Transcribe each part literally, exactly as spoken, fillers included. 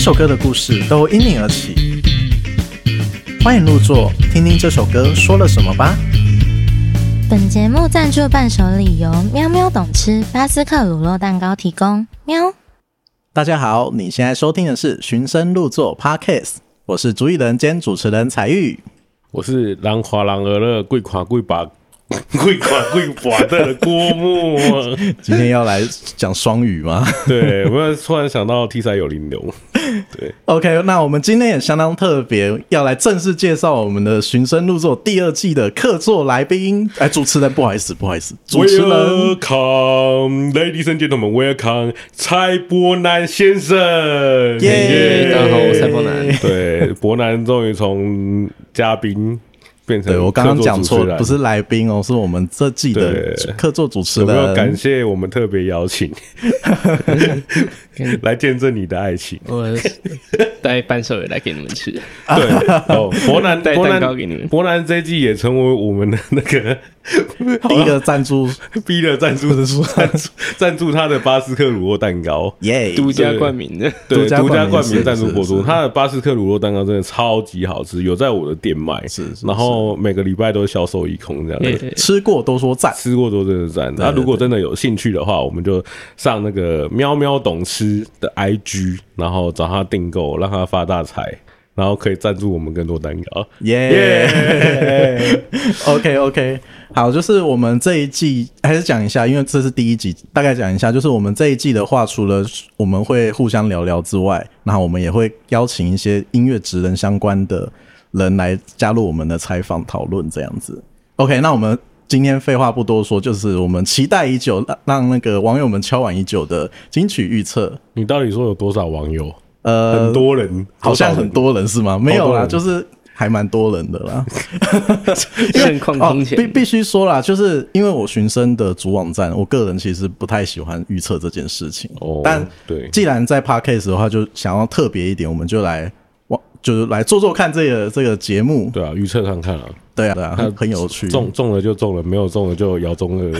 首歌的故事都因你而起。欢迎入座，听听这首歌说了什么吧。 本节目赞助伴手礼由喵喵懂吃巴斯克乳酪蛋糕提供。喵。 大家好，你现在收听的是循声入座 Podcast， 我是主理人兼主持人彩玉， 我是人夸人儿乐贵夸贵把贵夸贵把的郭沫。 今天要来讲双语吗？ 对，我突然想到 T 三有玲珑。对 ，OK， 那我们今天也相当特别，要来正式介绍我们的循声入座第二季的客座来宾。哎，主持人，不好意思，不好意思，主持人 ，Welcome, ladies and gentlemen, welcome 蔡伯南先生。 耶、 大家好，我蔡伯南。 对，伯南终于从嘉宾变成对我刚刚讲错，不是来宾哦，是我们这季的客座主持人。 有没有感谢我们特别邀请来见证你的爱情？ 我带伴手礼来给你们吃。 对，哦，伯南带蛋糕给你们。 伯南这一季也成为我们的那个第一个赞助， 逼了赞助的赞助赞助他的巴斯克乳酪蛋糕， 耶， 独家冠名的， 对，独家冠名赞助播出。他的巴斯克乳酪蛋糕真的超级好吃，有在我的店卖， 是， 然后每个礼拜都销售一空这样子。 吃过都说赞， 吃过都真的赞。那如果真的有兴趣的话，我们就上那个喵喵懂吃的 I G， 然后找他订购，让他发大财。然后可以赞助我们更多蛋糕， 耶、yeah! ！OK OK， 好，就是我们这一季还是讲一下，因为这是第一集，大概讲一下，就是我们这一季的话，除了我们会互相聊聊之外，那我们也会邀请一些音乐职人相关的人来加入我们的采访讨论，这样子。OK， 那我们今天废话不多说，就是我们期待已久，让那个网友们敲碗已久的金曲预测。 你到底说有多少网友？ 呃， 很多人， 好像很多人是吗？没有啦，就是还蛮多人的啦。 盛况空前， 哦、必必须说啦，就是因为我循声的主网站，我个人其实不太喜欢预测这件事情。 哦， 但对， 既然在 Podcast 的话，就想要特别一点，我们就来，就是来做做看这个这个节目。 对啊，预测看看啊。 对啊，对啊，很很有趣。 中中了就中了，没有中了就摇中二。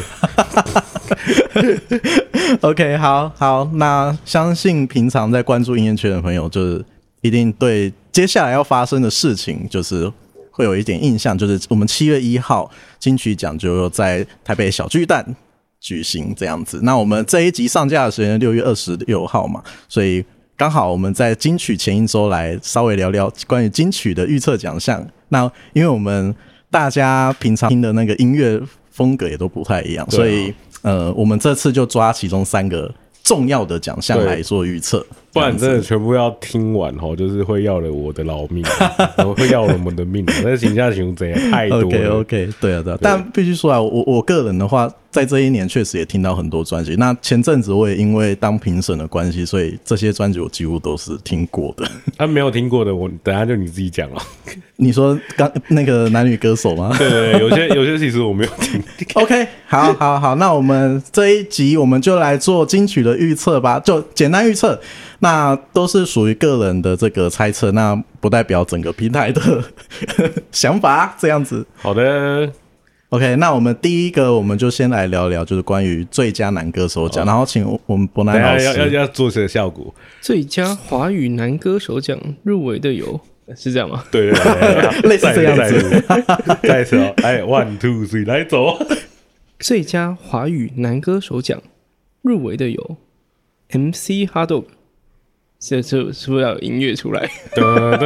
OK， 好好，那相信平常在关注音乐圈的朋友，就是一定对接下来要发生的事情，就是会有一点印象。就是我们七月一号金曲奖就在台北小巨蛋举行这样子。那我们这一集上架的时间六月二十六号嘛，所以刚好我们在金曲前一周来稍微聊聊关于金曲的预测奖项。那因为我们大家平常听的那个音乐风格也都不太一样，所以呃，我们这次就抓其中三个重要的奖项来做预测， 不然真的全部要听完吼，就是会要了我的老命，会要了我们的命。那形象形容怎样太多了。 OK OK， 对啊对啊，但必须说啊，我我个人的话，在这一年确实也听到很多专辑。那前阵子我也因为当评审的关系，所以这些专辑我几乎都是听过的。 啊，没有听过的，我等一下就你自己讲了。 你说刚那个男女歌手吗？ 对对对，有些有些其实我没有听。 OK， 好好好，那我们这一集我们就来做金曲的预测吧，就简单预测，那都是属于个人的这个猜测，那不代表整个平台的想法，这样子。 好的。 OK， 那我们第一个，我们就先来聊聊，就是关于最佳男歌手奖，然后请我们伯南老师要要要做这个效果。 最佳华语男歌手奖入围的有，是这样吗？ 对对对， 类似这样子。 再一次哦，哎 ，one two three， 来走。 最佳华语男歌手奖入围的有 M C Hotdog。这这是不是要有音乐出来？不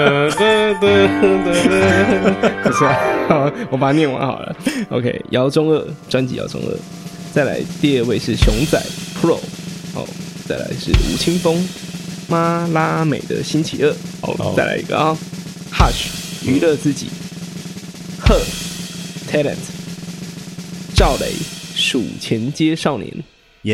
是啊，我把它念完好了。OK， 姚中二专辑，姚中二。再来第二位是熊仔 Pro， 哦，再来是吴青峰妈拉美的星期二，哦，再来一个啊、哦、，Hush 娱乐自己 ，Her Talent 赵雷数钱街少年， 耶、yeah ！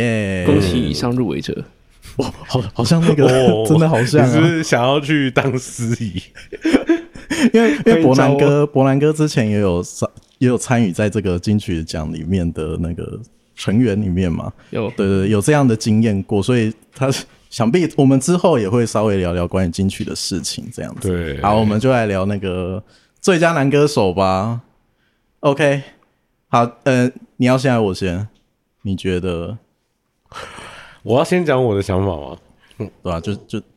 恭喜以上入围者。 哦，好，好像那个、哦、真的好像、啊， 你是不是想要去当司仪？ 因为因为伯南哥，伯南哥之前也有也有参与在这个金曲奖里面的那个成员里面嘛， 有对对，有这样的经验过，所以他想必我们之后也会稍微聊聊关于金曲的事情，这样子。 对， 好，我们就来聊那个最佳男歌手吧。OK， 好，呃，你要先来，我先，你觉得？ 我要先讲我的想法吗？ 嗯，对吧、啊？就就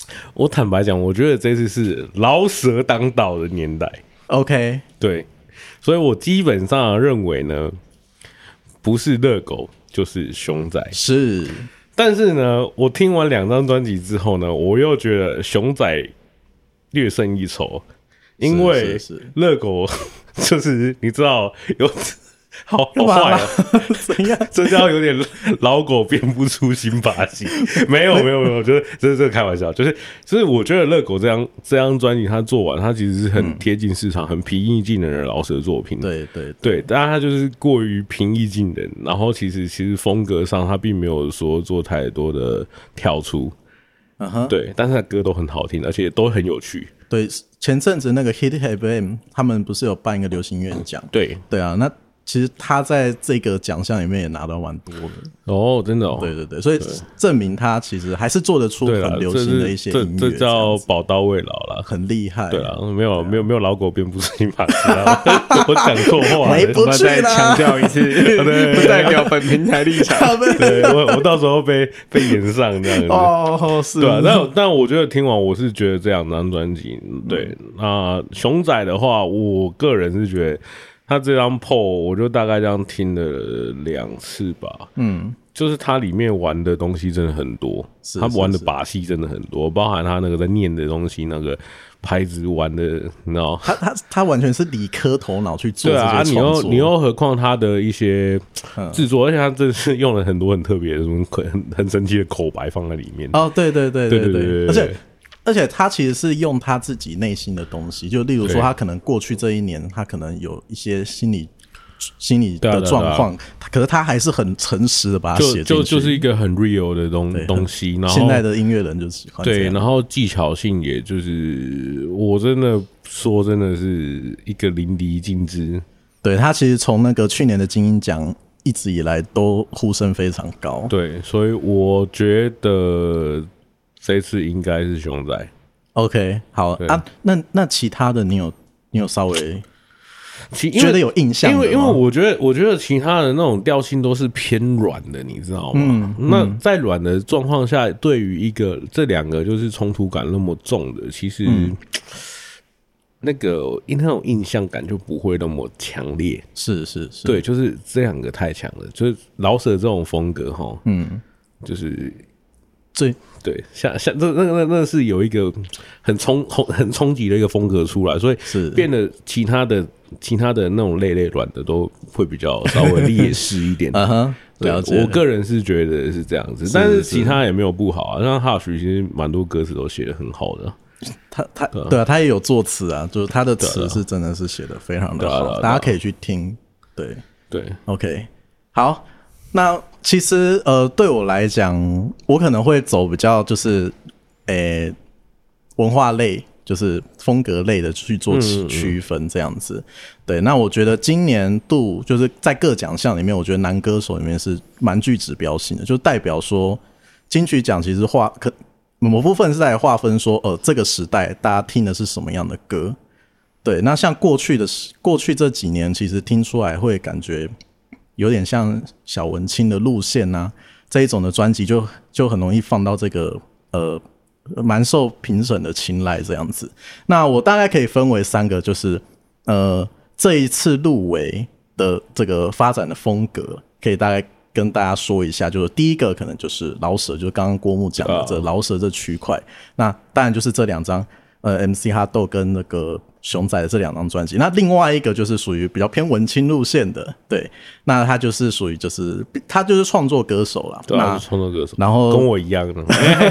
我坦白讲，我觉得这次是饶舌当道的年代。 OK， 对，所以我基本上认为呢，不是热狗就是熊仔。 是， 但是呢，我听完两张专辑之后呢，我又觉得熊仔略胜一筹，因为热狗就是你知道有。好好坏啊！ 怎样？ 这叫有点老狗变不出新把戏。没有没有没有，就是这是这开玩笑，就是就是我觉得热狗这张这张专辑他做完，他其实是很贴近市场、嗯、很平易近人的饶舌作品。 对对对, 对，但他就是过于平易近人，然后其实其实风格上他并没有说做太多的跳出。嗯哼，对，但是他歌都很好听，而且都很有趣。 对，前阵子那个 Hit F M 他们不是有办一个流行乐奖？ 对对啊，那。其实他在这个奖项里面也拿到蛮多的哦，真的哦， 对对对，所以证明他其实还是做得出很流行的一些音乐， 这, 这, 这叫宝刀未老啦， 很厉害。 对啊，没有、啊、没有没有老狗变不出新把戏啦，我讲错话了， 回不去了，再强调一次，对，不代表本平台立场。 对，我我到时候被被延上这样子。 哦，是， 对啊，但但我觉得听完我是觉得这两张专辑，对，那、呃、熊仔的话，我个人是觉得。他这张 P O 我就大概这样听了两次吧，嗯，就是他里面玩的东西真的很多，他玩的把戏真的很多，包含他那个在念的东西，那个拍子玩的，你知道， 他他他完全是理科头脑去做这些创作， 对啊，你又你又何况他的一些制作，而且他真的是用了很多很特别的、很很神奇的口白放在里面。 哦，对对对对对, 对, 对, 对, 对， 而且。而且他其实是用他自己内心的东西，就例如说他可能过去这一年他可能有一些心理心理的状况，可是他还是很诚实的把它写进去， 就就是一个很 real 的东东西。然后现在的音乐人就喜欢对，然后技巧性也就是我真的说真的是一个淋漓尽致。 对，他其实从那个去年的金鹰奖一直以来都呼声非常高。 对，所以我觉得。这次应该是熊仔 ，OK， 好啊。那那其他的你有你有稍微觉得有印象的吗？ 因为因为我觉得我觉得其他的那种调性都是偏软的，你知道吗？嗯嗯、那在软的状况下，对于一个这两个就是冲突感那么重的，其实、嗯、那个那种印象感就不会那么强烈。 是是是， 对，就是这两个太强了，就是饶舌这种风格哈，嗯，就是最。 对，像像这那那那是有一个很冲很冲击的一个风格出来，所以是变得其他的其他的那种类类软的都会比较稍微劣势一点。嗯哼，了解。我个人是觉得是这样子，是但是其他也没有不好啊。像Hush其实蛮多歌词都写得很好的。 他他对啊，他也有作词啊，就是他的词是真的是写得非常的好，大家可以去听。对对 ，OK， 好。那其实呃，对我来讲，我可能会走比较就是诶、欸、文化类，就是风格类的去做区分这样子。嗯嗯对，那我觉得今年度就是在各奖项里面，我觉得男歌手里面是蛮具指标性的，就代表说金曲奖其实划可某部分是在划分说，呃，这个时代大家听的是什么样的歌。对，那像过去的过去这几年，其实听出来会感觉。有点像小文青的路线啊，这一种的专辑就就很容易放到这个呃蛮受评审的青睐这样子。那我大概可以分为三个，就是呃这一次入围的这个发展的风格，可以大概跟大家说一下。就是第一个可能就是饶舌，就是刚刚郭木讲的这饶舌这区块。那当然就是这两张呃 M C 哈豆跟那个。熊仔的这两张专辑，那另外一个就是属于比较偏文青路线的，对，那他就是属于就是他就是创作歌手啦， 对啊，创作歌手， 然后跟我一样的，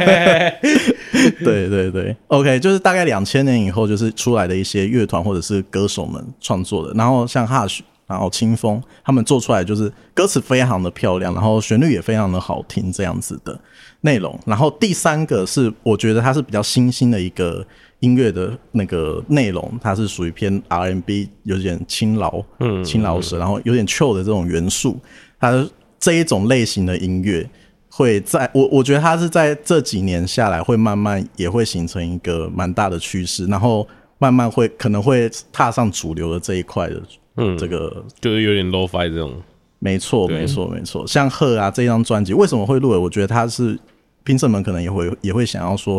对对对 ，OK， 就是大概两千年以后就是出来的一些乐团或者是歌手们创作的，然后像 Hush， 然后清风他们做出来就是歌词非常的漂亮，然后旋律也非常的好听这样子的内容，然后第三个是我觉得它是比较新兴的一个。音乐的那个内容，它是属于偏 R and B， 有点轻饶，嗯，轻饶舌，然后有点 chill 的这种元素。它这一种类型的音乐，会在我我觉得它是在这几年下来，会慢慢也会形成一个蛮大的趋势，然后慢慢会可能会踏上主流的这一块的，嗯，这个就是有点 lo-fi 这种。 没错，没错，没错。像贺啊这张专辑为什么会入围？我觉得它是评审们可能也会也会想要说。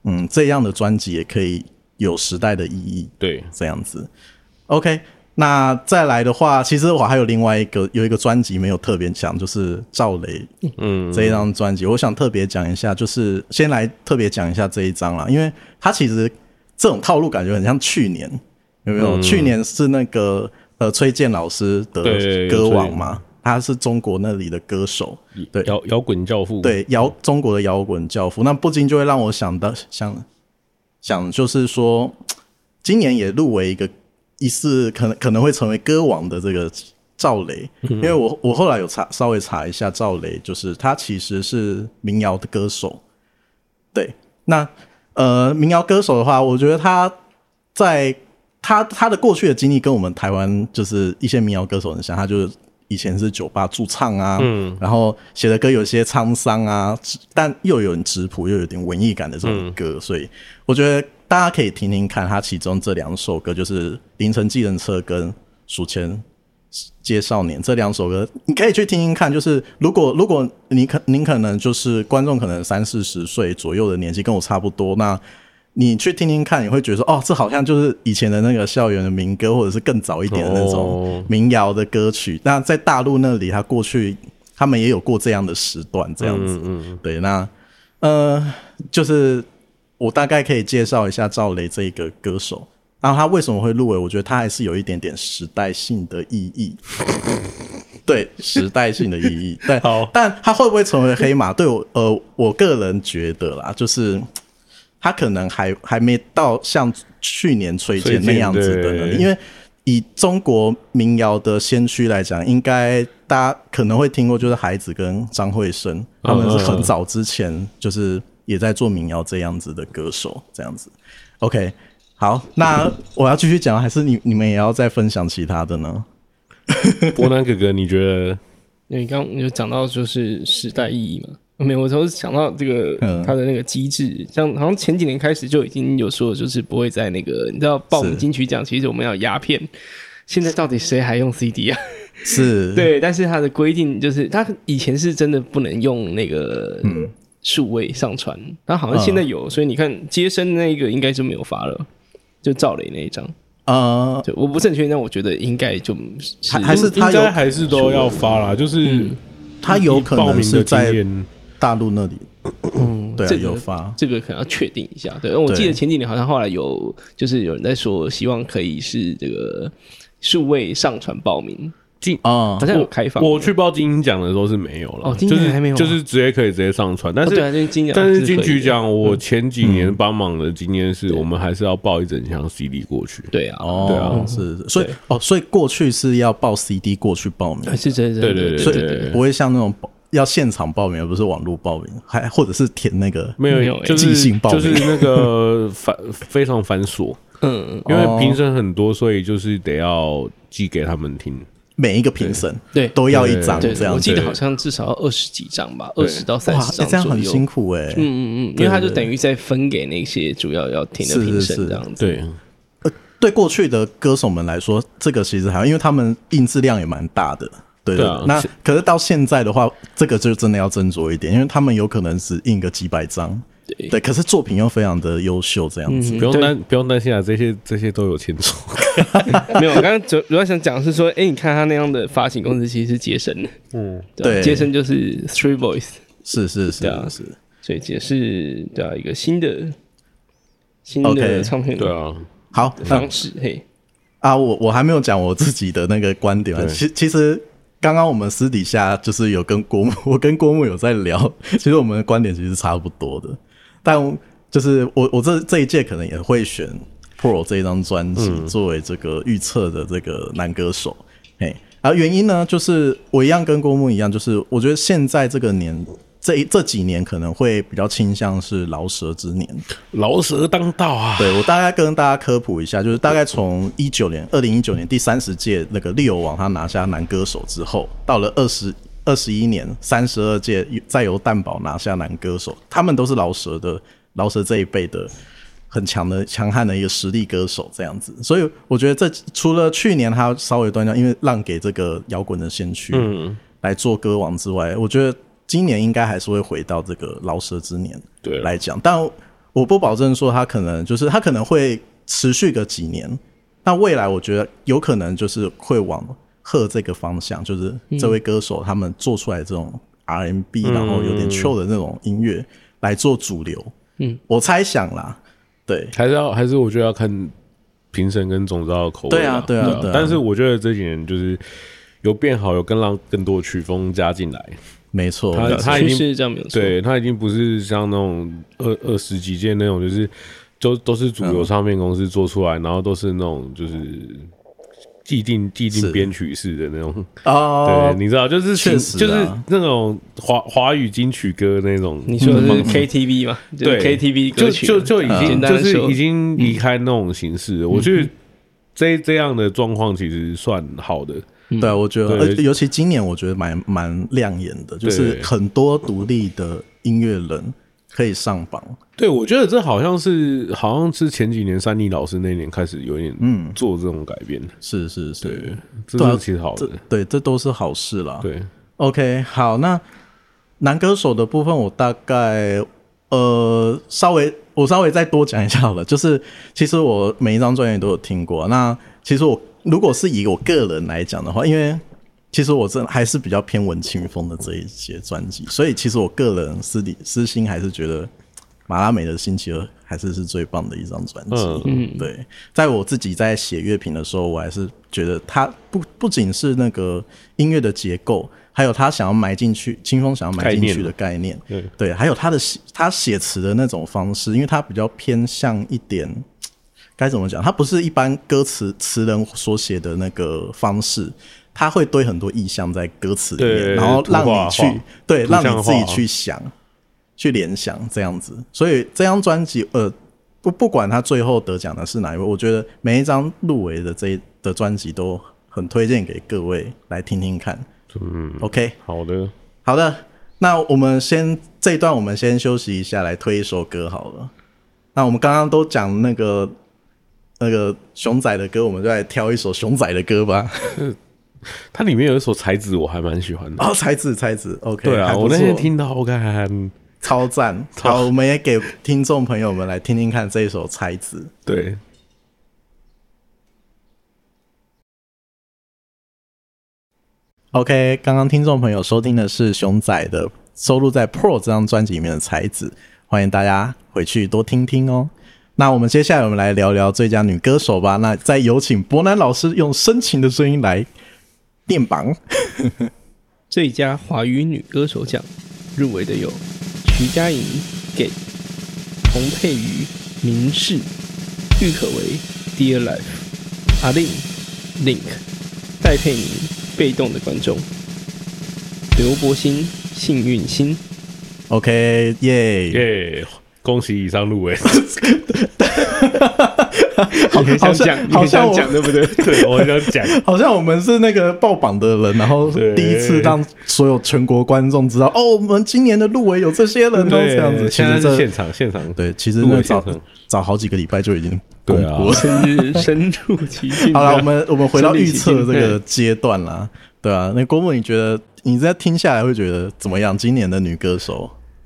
嗯，这样的专辑也可以有时代的意义， 对， 这样子。OK， 那再来的话，其实我还有另外一个有一个专辑没有特别讲，就是赵雷嗯这一张专辑，我想特别讲一下，就是先来特别讲一下这一张啦，因为它其实这种套路感觉很像去年，有没有？嗯、去年是那个呃崔健老师的歌王嘛，他是中国那里的歌手，对， 摇摇滚教父， 对，摇中国的摇滚教父，那不禁就会让我想到想想，就是说今年也入围一个。疑似可能可能会成为歌王的这个赵雷，因为我我后来有查稍微查一下赵雷，就是他其实是民谣的歌手。对，那呃民谣歌手的话，我觉得他在他他的过去的经历跟我们台湾就是一些民谣歌手很像，他就是以前是酒吧驻唱啊，嗯，然后写的歌有些沧桑啊，但又有点质朴又有点文艺感的这种歌，嗯、所以我觉得。大家可以听听看他其中这两首歌，就是《凌晨计程车》跟《数钱街少年》这两首歌，你可以去听听看。就是如果如果你可您可能就是观众可能三四十岁左右的年纪，跟我差不多，那你去听听看，你会觉得说，哦，这好像就是以前的那个校园的民歌，或者是更早一点的那种民谣的歌曲。哦、那在大陆那里，他过去他们也有过这样的时段，这样子。嗯嗯对，那呃，就是。我大概可以介绍一下赵雷这个歌手，然后他为什么会入围？我觉得他还是有一点点时代性的意义，对，时代性的意义。对，好，但他会不会成为黑马？对我，呃，我个人觉得啦，就是他可能还还没到像去年崔健那样子的能力，因为以中国民谣的先驱来讲，应该大家可能会听过，就是海子跟张惠生，他们是很早之前就是。也在做民谣这样子的歌手，这样子 ，OK， 好，那我要继续讲，还是你你们也要再分享其他的呢？ 伯南哥哥，你觉得？ 你刚刚有讲到就是时代意义嘛？没有，我都是想到这个他的那个机制，像好像前几年开始就已经有说，就是不会在那个你知道报名金曲奖，其实我们要鸦片，现在到底谁还用 C D 啊？ 是， 对，但是他的规定就是，他以前是真的不能用那个，嗯。数位上传，但好像现在有，嗯、所以你看接生那个应该就没有发了，就赵雷那一张。呃，我不是很确定，但我觉得应该就还还是他应该还是都要发啦，就是、嗯、 他有可能是在大陆那里，嗯，对、啊， 这个有发， 这个可能要确定一下。对，我记得前几年好像后来有，就是有人在说，希望可以是这个数位上传报名。 金啊，好像有开放。 我去报金鹰奖的时候是没有了， 哦，金鹰奖还没有、啊就是，就是直接可以直接上传。但是，哦、对啊，是金但是金曲奖，我前几年帮忙的经验是，我们还是要报一整箱 C D 过去。 对啊， 哦， 对啊， 是，是所以哦，所以过去是要报 C D 过去报名， 是真的， 对对对， 所以不会像那种要现场报名，而不是网络报名，还或者是填那个没有就是即兴报名， 就是那个繁非常繁琐。嗯，因为评审很多，所以就是得要寄给他们听。 每一个评审对都要一张这样， 我记得好像至少要二十几张吧，二十到三十张， 这样很辛苦哎、欸。 嗯嗯嗯，因为他就等于在分给那些主要要听的评审这样子。 对， 呃，对过去的歌手们来说，这个其实还因为他们印制量也蛮大的，对对、啊。那可是到现在的话，这个就真的要斟酌一点，因为他们有可能只印个几百张。对, 对，可是作品又非常的优秀，这样子、 嗯、不用担不用担心啊，这些这些都有钱做。 没有，我刚刚主主要想讲的是说，哎、欸，你看他那样的发行公司其实是杰森的，嗯，对，杰森就是 Three Boys， 是是是、 啊、 是， 所以也是对啊，一个新的新的唱片， okay, 对啊， 好方式、嗯、嘿啊，我我还没有讲我自己的那个观点啊，其其实。刚刚我们私底下就是有跟郭木，我跟郭木有在聊，其实我们的观点其实差不多的，但就是我我这这一届可能也会选 Pro 这一张专辑作为这个预测的这个男歌手，嘿、嗯，然后原因呢，就是我一样跟郭木一样，就是我觉得现在这个年这这几年可能会比较倾向是饶舌之年， 饶舌当道啊！ 对，我大概跟大家科普一下，就是大概从一九年，二零一九年第三十届那个利友王他拿下男歌手之后，到了二十二十一年三十二届再由蛋堡拿下男歌手，他们都是饶舌的饶舌这一辈的很强的强悍的一个实力歌手这样子，所以我觉得这除了去年他稍微断掉，因为让给这个摇滚的先驱来做歌王之外，我觉得。今年应该还是会回到这个饶舌之年来讲，但我不保证说他可能就是他可能会持续个几年，那未来我觉得有可能就是会往贺这个方向，就是这位歌手他们做出来这种 R and B、嗯、然后有点 chill 的那种音乐来做主流。嗯，我猜想啦，对， 还是要还是我觉得要看评审跟总召的口味。 对啊，对啊，对啊。 对啊但是我觉得这几年就是有变好，有更让更多曲风加进来。 没错， 他他已经是这样没有错， 对他已经不是像那种二二十几届那种，就是都都是主流唱片公司做出来，嗯、然后都是那种就是既定既定编曲式的那种。哦，对，你知道，就是确实、啊、 就是那种华华语金曲歌那种。 你说的是 K T V 嘛？对 ，K T V 歌曲就就就已经、嗯、就是已经离开那种形式了。 嗯、 我觉得这这样的状况其实算好的。 对啊，我觉得，尤其今年我觉得蛮蛮亮眼的，就是很多独立的音乐人可以上榜。 对，我觉得这好像是好像是前几年珊妮老师那年开始有点嗯做这种改变。 嗯、是是是， 对，这是其实好的。 对，这都是好事啦。 对 ，OK， 好，那男歌手的部分我大概呃稍微我稍微再多讲一下好了，就是其实我每一张专辑都有听过，那其实我。如果是以我个人来讲的话，因为其实我真的还是比较偏文青风的这一些专辑，所以其实我个人私底私心还是觉得马拉美的星期二还是是最棒的一张专辑。嗯，对，在我自己在写乐评的时候，我还是觉得它不不仅是那个音乐的结构，还有他想要埋进去，清风想要埋进去的概念，概念对，还有他的他写词的那种方式，因为他比较偏向一点。该怎么讲？它不是一般歌词词人所写的那个方式，它会堆很多意象在歌词里面，然后让你去对，让你自己去想、去联想这样子。所以这张专辑，呃，不不管他最后得奖的是哪一位，我觉得每一张入围的这一的专辑都很推荐给各位来听听看。嗯 ，OK， 好的， 好的。那我们先这一段，我们先休息一下，来推一首歌好了。那我们刚刚都讲那个。那个熊仔的歌，我们就来挑一首熊仔的歌吧。 它里面有一首才子，我还蛮喜欢的。 哦，才子，才子 ，OK。 对啊，我那天听到，我看超赞。好，我们也给听众朋友们来听听看这一首才子。 对。 OK， 刚刚听众朋友收听的是熊仔的收录在《Pro》这张专辑里面的才子，欢迎大家回去多听听哦。那我们接下来我们来聊聊最佳女歌手吧。那再有请伯南老师用深情的声音来电榜。 最佳华语女歌手奖入围的有徐佳莹、给、洪佩瑜、明世、郁可唯、Dear Life、阿令、Link、戴佩妮、被动的观众、刘柏辛、幸运星。 OK， 耶耶！恭喜以上入围。 好想讲，好想讲，对不对？ 对，我想讲， 好像我们是那个报榜的人，然后第一次让所有全国观众知道，哦，我们今年的入围有这些人，都这样子。 现在是现场，现场， 对，其实那早早好几个礼拜就已经公布了， 深深入其境。 好了，我们我们回到预测这个阶段啦，对啊，那郭牧，你觉得你在听下来会觉得怎么样？今年的女歌手？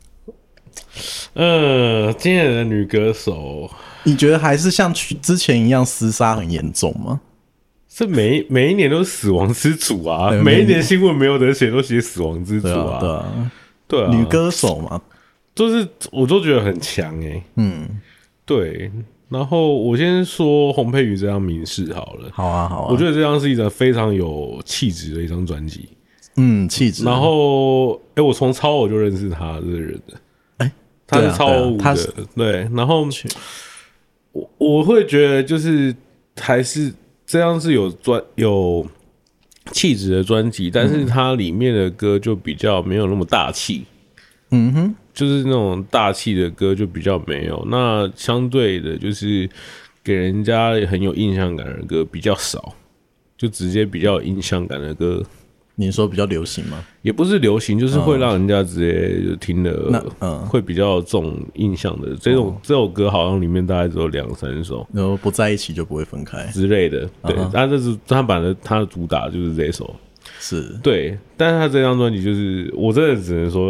呃，今年的女歌手， 你觉得还是像之前一样厮杀很严重吗？ 是每每一年都是死亡之组啊，每一年新闻没有得写都写死亡之组啊， 对啊， 对啊， 女歌手嘛， 就是我都觉得很强哎、欸，嗯，对。然后我先说洪佩瑜这张《明示》好了， 好啊，好啊， 我觉得这张是一张非常有气质的一张专辑， 嗯，气质。 然后，哎、欸，我从超偶就认识他这个人的。他是超舞的，啊啊、对，然后我我会觉得就是还是这样是有专有气质的专辑，但是它里面的歌就比较没有那么大气，嗯哼，就是那种大气的歌就比较没有。那相对的，就是给人家很有印象感的歌比较少，就直接比较有印象感的歌。 你说比较流行吗？ 也不是流行，就是会让人家直接就听了，嗯，会比较重印象的这种、嗯、这首歌，好像里面大概只有两三首， 然后不在一起就不会分开之类的。对，但、嗯、这是他版的，他的主打就是这首， 是对。但是他这张专辑就是，我真的只能说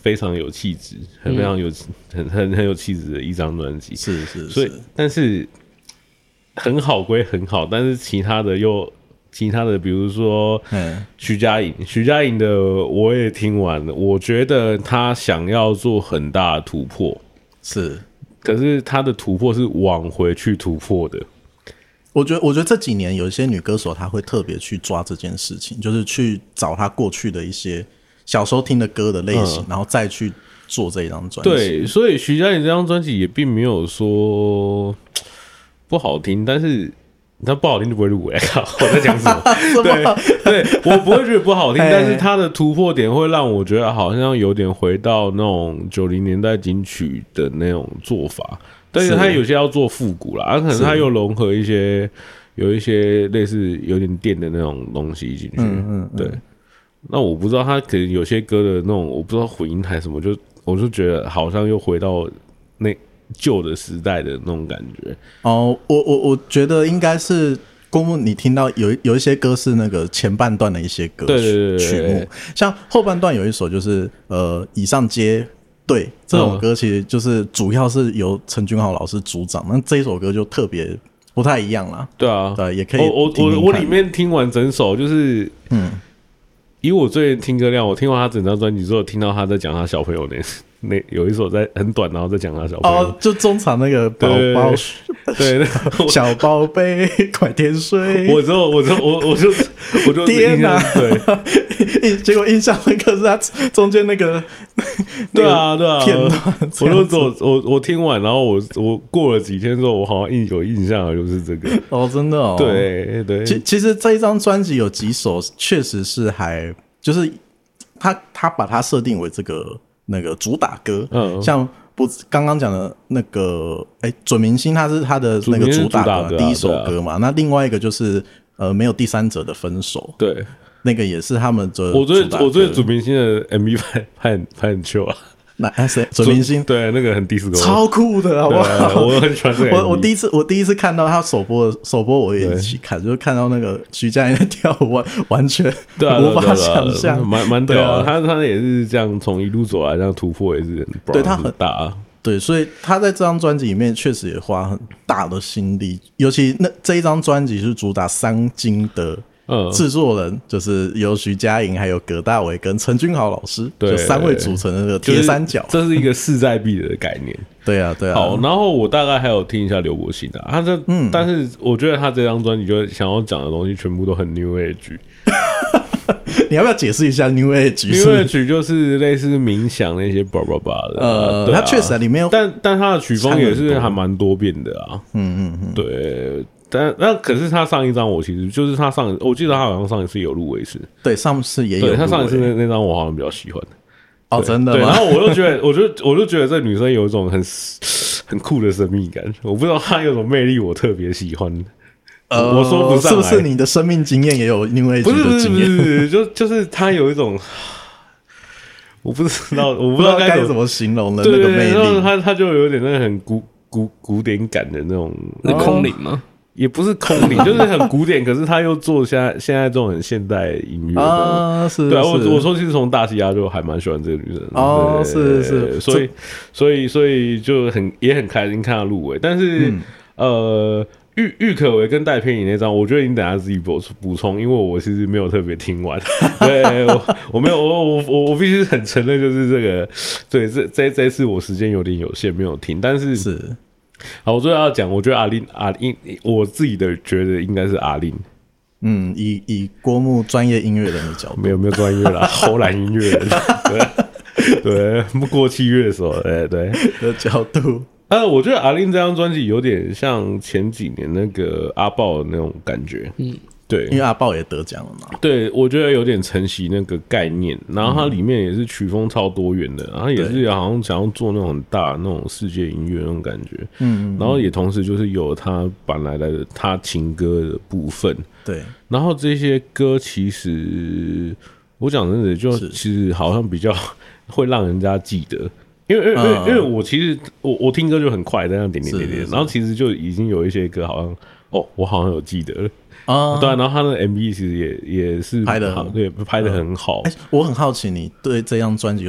非常有气质，很非常有、嗯、很很很有气质的一张专辑。 是是是， 所以但是很好归很好，但是其他的又其他的，比如说徐佳莹，徐佳莹的我也听完了，我觉得他想要做很大的突破， 是， 可是他的突破是往回去突破的。 我觉得，我觉得这几年有一些女歌手，她会特别去抓这件事情，就是去找她过去的一些小时候听的歌的类型，嗯、然后再去做这一张专辑。 对，所以徐佳莹这张专辑也并没有说不好听，但是它不好听就不会入围。靠，我在讲什么？对对，我不会觉得不好听，但是它的突破点会让我觉得好像有点回到那种九零年代金曲的那种做法。但是他有些要做复古啦，啊、可能他又融合一些有一些类似有点电的那种东西进去。嗯嗯，对。那我不知道他可能有些歌的那种，我不知道混音还是什么，就我就觉得好像又回到那旧的时代的那种感觉。 哦，我我我觉得应该是郭木，你听到有有一些歌是那个前半段的一些歌曲，对对对对曲目，像后半段有一首就是呃以上街。对，这首歌其实就是主要是由陈君豪老师主掌，那这一首歌就特别不太一样啦。 对啊， 对，也可以听听我我我里面听完整首，就是嗯，以我最近听歌量，我听完他整张专辑之后，听到他在讲他小朋友那那有一首在很短，然后在讲他小朋友， 哦，就中场那个宝宝， 对， 小宝贝快点睡。 我之后我之后我我就我就天哪， 对， 结果印象深刻是他中间那个， 对啊对啊片段， 我就走我我听完，然后我我过了几天之后，我好像印有印象的就是这个哦，真的哦， 对对， 其其实这一张专辑有几首确实是还就是他他把它设定为这个。那个主打歌，嗯，像不刚刚讲的那个，哎、欸，准明星他是他的那个主打歌， 打歌啊、 第一首歌嘛。啊、那另外一个就是呃，没有第三者的分手， 对， 那个也是他们的。 我最我最准明星的 M V 拍拍很拍很秀啊。 那谁准明星？ 对，那个很迪斯科， 超酷的，好不好？ 我很喜欢这个 M V。 我我第一次我第一次看到他首播的首播，我也一起看，就是看到那个徐佳莹的跳舞，完完全无法想象， 蛮蛮屌的。他他也是这样从一路走来，这样突破也是， 对他很大。 对，所以他在这张专辑里面确实也花很大的心力，尤其那这一张专辑是主打三金的。嗯，制作人就是由徐佳莹、还有葛大为跟陈君豪老师，就三位组成的那个铁三角， 就是、这是一个势在必得的概念。 对啊，对啊。 好，然后我大概还有听一下刘柏辛啊，他这，嗯，但是我觉得他这张专辑就想要讲的东西全部都很 New Age。 你要不要解释一下 New Age？New Age 就是类似冥想那些叭叭叭的， 呃， 对啊、 它确实、啊、里面有， 但但它的曲风也是还蛮多变的啊。嗯嗯嗯，对。但那可是他上一张我其实就是他上，我记得他好像上一次有入围是， 对，上次也有， 对他上一次那那张我好像比较喜欢。 哦，真的吗？ 对，然后我就觉得，我就我就觉得这女生有一种很很酷的神秘感，我不知道她有种魅力，我特别喜欢。呃，我说不上来， 是不是你的生命经验也有因为不是不是不是，就就是她有一种。我不知道，我不知道该怎么形容的那个魅力。 她她就有点那个很古古古典感的那种， 是空灵吗？ 也不是空灵，就是很古典，可是他又做现在现在这种很现代音乐啊，是， 对啊，我我说其实从大西亚就还蛮喜欢这个女生哦，是是， 所以所以所以就很也很开心看她入围，但是、嗯、呃，郁郁可唯跟戴佩妮那张，我觉得你等一下自己补补充，因为我其实没有特别听完，对我我没有我我我我必须很承认，就是这个对这这这次我时间有点有限，没有听，但是是。 好，我最后要讲，我觉得阿令阿令，我自己的觉得应该是阿令。 嗯，以以郭木专业音乐人的角度， 没有没有专业啦，后来音乐人，对对，过气乐手，对对的角度。 啊，我觉得阿令这张专辑有点像前几年那个阿爆的那种感觉，嗯。对， 因为阿爆也得奖了嘛。 对，我觉得有点承袭那个概念，然后它里面也是曲风超多元的，然后也是好像想要做那种很大的那种世界音乐那种感觉，嗯，然后也同时就是有他本来的他情歌的部分， 对， 然后这些歌其实我讲真的，就其实好像比较会让人家记得。因为因为、嗯、因为我其实我我听歌就很快，这样点点点点，然后其实就已经有一些歌好像哦，我好像有记得了。啊，对啊，然后他的 M V 其实也也是拍的好， 对，拍的很好。 欸，我很好奇，你对这张专辑有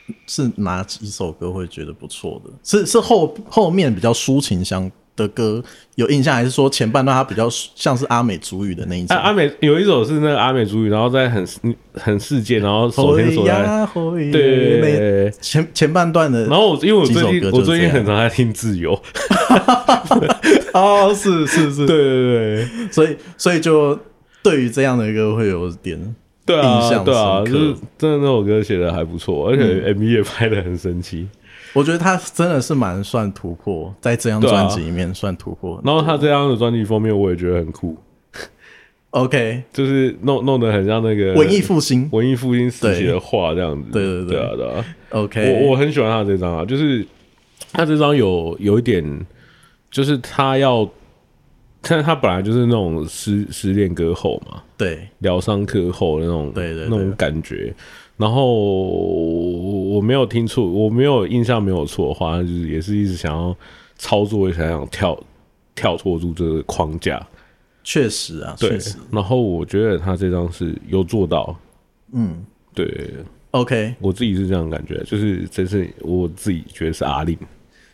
是哪几首歌会觉得不错的？是是后后面比较抒情向的歌有印象，还是说前半段它比较像是阿美族语的那一种？ 啊、阿美有一首是那个阿美族语，然后在很很世界，然后手牵手在，对对对对， 前前半段的。 然后我因为我最近我最近很常在听自由， 哦，是是是， 对对对， 所以所以就对于这样的歌会有点对啊印象深刻， 对啊，就是真的那首歌写的还不错，而且 M V 也拍的很神奇。 我觉得他真的是蛮算突破，在这张专辑里面算突破、啊。 然后他这张的专辑封面我也觉得很酷 ，OK， 就是弄弄得很像那个文艺复兴， 文艺复兴时期的画这样子。 对对对对啊对啊 ，OK， 我我很喜欢他这张啊，就是他这张有有一点，就是他要，但他本来就是那种失失恋歌后嘛， 对， 疗伤课后的那种， 对对对那种感觉。然后我没有听错，我没有印象没有错的话，就是也是一直想要操作，想要跳跳脱出这个框架。 确实啊，确实。 然后我觉得他这张是有做到，嗯，对 ，OK， 我自己是这样感觉，就是这是我自己觉得是阿令。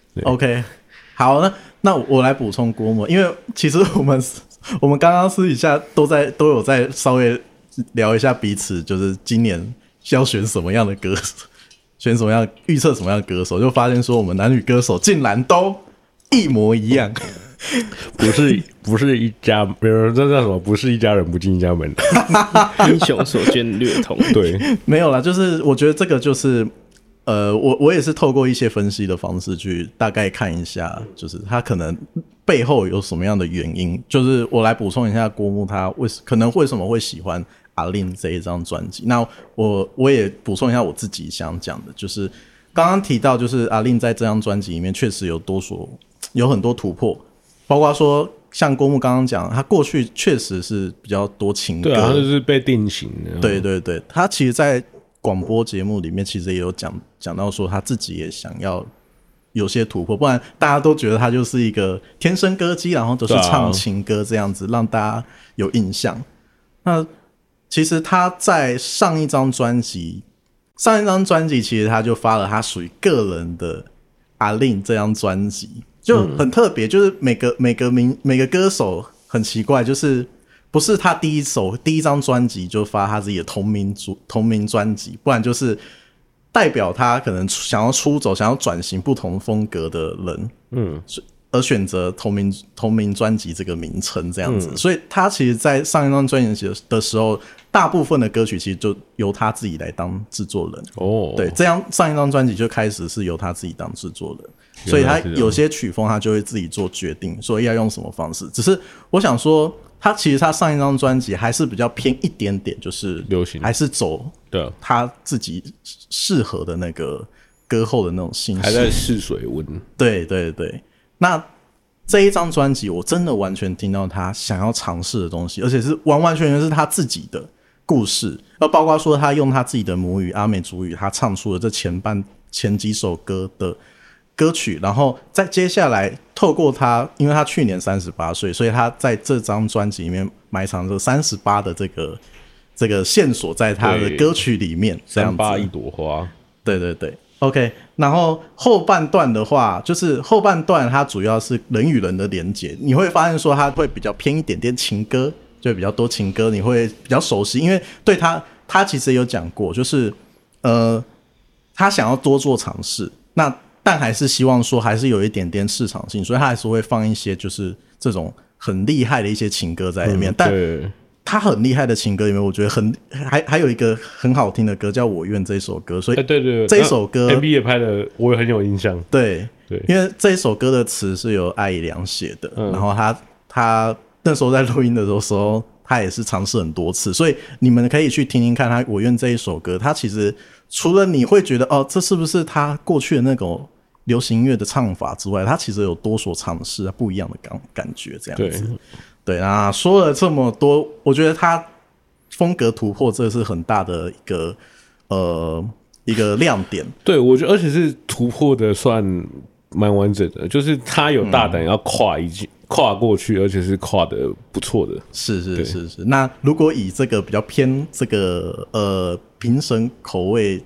OK， 好，那那我来补充郭沫，因为其实我们我们刚刚私底下都在都有在稍微聊一下彼此，就是今年要选什么样的歌手，选什么样预测什么样的歌手，就发现说我们男女歌手竟然都一模一样， 不是不是一家，没有人这叫什么？不是一家人不进一家门， 英雄所见略同。 对， 没有啦，就是我觉得这个就是呃，我我也是透过一些分析的方式去大概看一下，就是他可能背后有什么样的原因。就是我来补充一下郭沫他为可能为什么会喜欢阿令这一张专辑。那我我也补充一下我自己想讲的，就是刚刚提到，就是阿令在这张专辑里面确实有多所有很多突破，包括说像郭沫刚刚讲，他过去确实是比较多情歌， 对啊，他就是被定型的。 对对对，他其实，在广播节目里面其实也有讲讲到说，他自己也想要有些突破，不然大家都觉得他就是一个天生歌姬，然后都是唱情歌这样子，让大家有印象。那其实他在上一张专辑，上一张专辑其实他就发了他属于个人的阿令这张专辑，就很特别，就是每个每个名每个歌手很奇怪，就是不是他第一首第一张专辑就发他自己的同名同名专辑，不然就是代表他可能想要出走、想要转型不同风格的人，嗯，而选择同名同名专辑这个名称这样子。嗯、所以他其实，在上一张专辑的时候，大部分的歌曲其实就由他自己来当制作人。哦，对，这样上一张专辑就开始是由他自己当制作人。所以他有些曲风他就会自己做决定，说要用什么方式。只是我想说，他其实他上一张专辑还是比较偏一点点，就是流行， 还是走他自己适合的那个歌后的那种形式， 还在试水温。 对对对，那这一张专辑我真的完全听到他想要尝试的东西，而且是完完全全是他自己的故事，而包括说他用他自己的母语阿美族语，他唱出了这前半前几首歌的歌曲，然后再接下来透过他，因为他去年三十八岁，所以他在这张专辑里面埋藏着三十八的这个这个线索在他的歌曲里面，这样子。 三八一朵花， 对对对 ，OK。然后后半段的话，就是后半段它主要是人与人的连结，你会发现说它会比较偏一点点情歌，就比较多情歌，你会比较熟悉，因为对他他其实也有讲过，就是呃，他想要多做尝试，那。但还是希望说还是有一点点市场性，所以他还是会放一些就是这种很厉害的一些情歌在里面。嗯、但他很厉害的情歌里面，我觉得很还还有一个很好听的歌叫《我愿》这首歌，所以、 欸、对对对， 这一首歌 M V 也拍的，我也很有印象。 对对，因为这一首歌的词是由艾怡良写的，嗯、然后他他那时候在录音的时候，他也是尝试很多次，所以你们可以去听听看他《我愿》这一首歌，他其实除了你会觉得哦，这是不是他过去的那种流行音乐的唱法之外，他其实有多所尝试，不一样的感感觉这样子。对，那说了这么多，我觉得他风格突破，这是很大的一个呃一个亮点。 对，我觉得而且是突破的算蛮完整的，就是他有大胆要跨一句、嗯、跨过去，而且是跨的不错的。 是是是是。那如果以这个比较偏这个呃评审口味